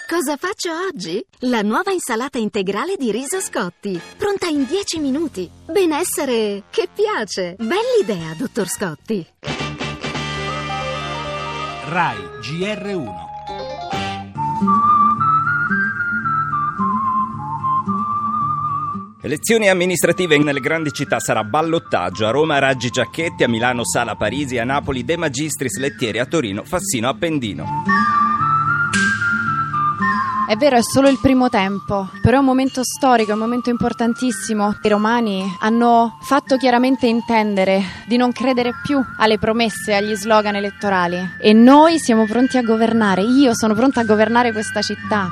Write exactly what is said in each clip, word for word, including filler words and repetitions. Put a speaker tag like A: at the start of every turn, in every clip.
A: Cosa faccio oggi? La nuova insalata integrale di riso Scotti, pronta in dieci minuti. Benessere che piace. Bell'idea, dottor Scotti.
B: Rai G R uno.
C: Elezioni amministrative nelle grandi città, sarà ballottaggio. A Roma Raggi Giacchetti, a Milano Sala Parisi, a Napoli De Magistris Lettieri, a Torino Fassino Appendino.
D: È vero, è solo il primo tempo, però è un momento storico, è un momento importantissimo. I romani hanno fatto chiaramente intendere di non credere più alle promesse, agli slogan elettorali, e noi siamo pronti a governare. Io sono pronta a governare questa città.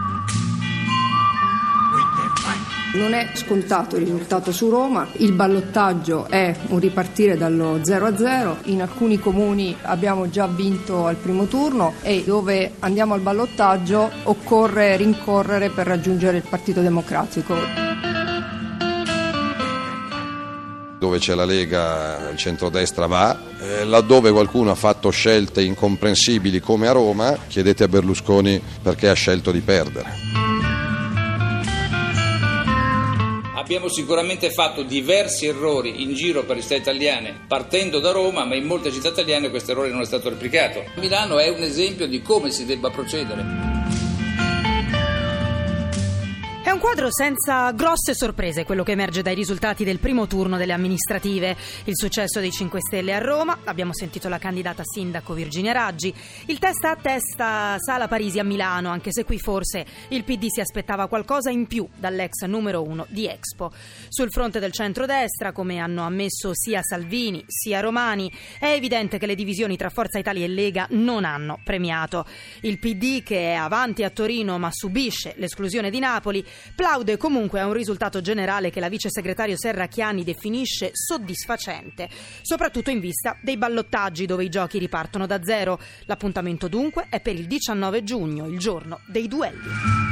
E: Non è scontato il risultato su Roma, il ballottaggio è un ripartire dallo zero a zero, in alcuni comuni abbiamo già vinto al primo turno e dove andiamo al ballottaggio occorre rincorrere per raggiungere il Partito Democratico.
F: Dove c'è la Lega, il centrodestra va, eh, laddove qualcuno ha fatto scelte incomprensibili come a Roma, chiedete a Berlusconi perché ha scelto di perdere.
G: Abbiamo sicuramente fatto diversi errori in giro per le città italiane partendo da Roma, ma in molte città italiane questo errore non è stato replicato. Milano è un esempio di come si debba procedere.
H: È un quadro senza grosse sorprese quello che emerge dai risultati del primo turno delle amministrative. Il successo dei cinque Stelle a Roma, abbiamo sentito la candidata sindaco Virginia Raggi, il testa a testa Sala Parisi a Milano, anche se qui forse il P D si aspettava qualcosa in più dall'ex numero uno di Expo. Sul fronte del centrodestra, come hanno ammesso sia Salvini sia Romani, è evidente che le divisioni tra Forza Italia e Lega non hanno premiato. Il P D, che è avanti a Torino ma subisce l'esclusione di Napoli, plaude comunque a un risultato generale che la vice segretario Serracchiani definisce soddisfacente, soprattutto in vista dei ballottaggi dove i giochi ripartono da zero. L'appuntamento dunque è per il diciannove giugno, il giorno dei duelli.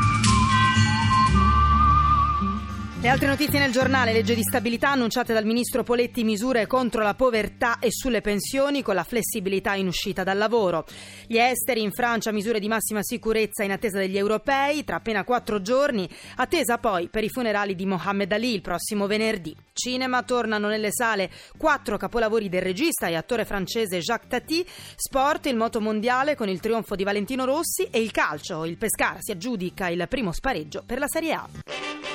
H: Le altre notizie nel giornale: legge di stabilità annunciate dal ministro Poletti, misure contro la povertà e sulle pensioni con la flessibilità in uscita dal lavoro. Gli esteri, in Francia misure di massima sicurezza in attesa degli europei tra appena quattro giorni, attesa poi per i funerali di Mohammed Ali il prossimo venerdì. Cinema, tornano nelle sale quattro capolavori del regista e attore francese Jacques Tati. Sport, il moto mondiale con il trionfo di Valentino Rossi, e il calcio, il Pescara si aggiudica il primo spareggio per la Serie A.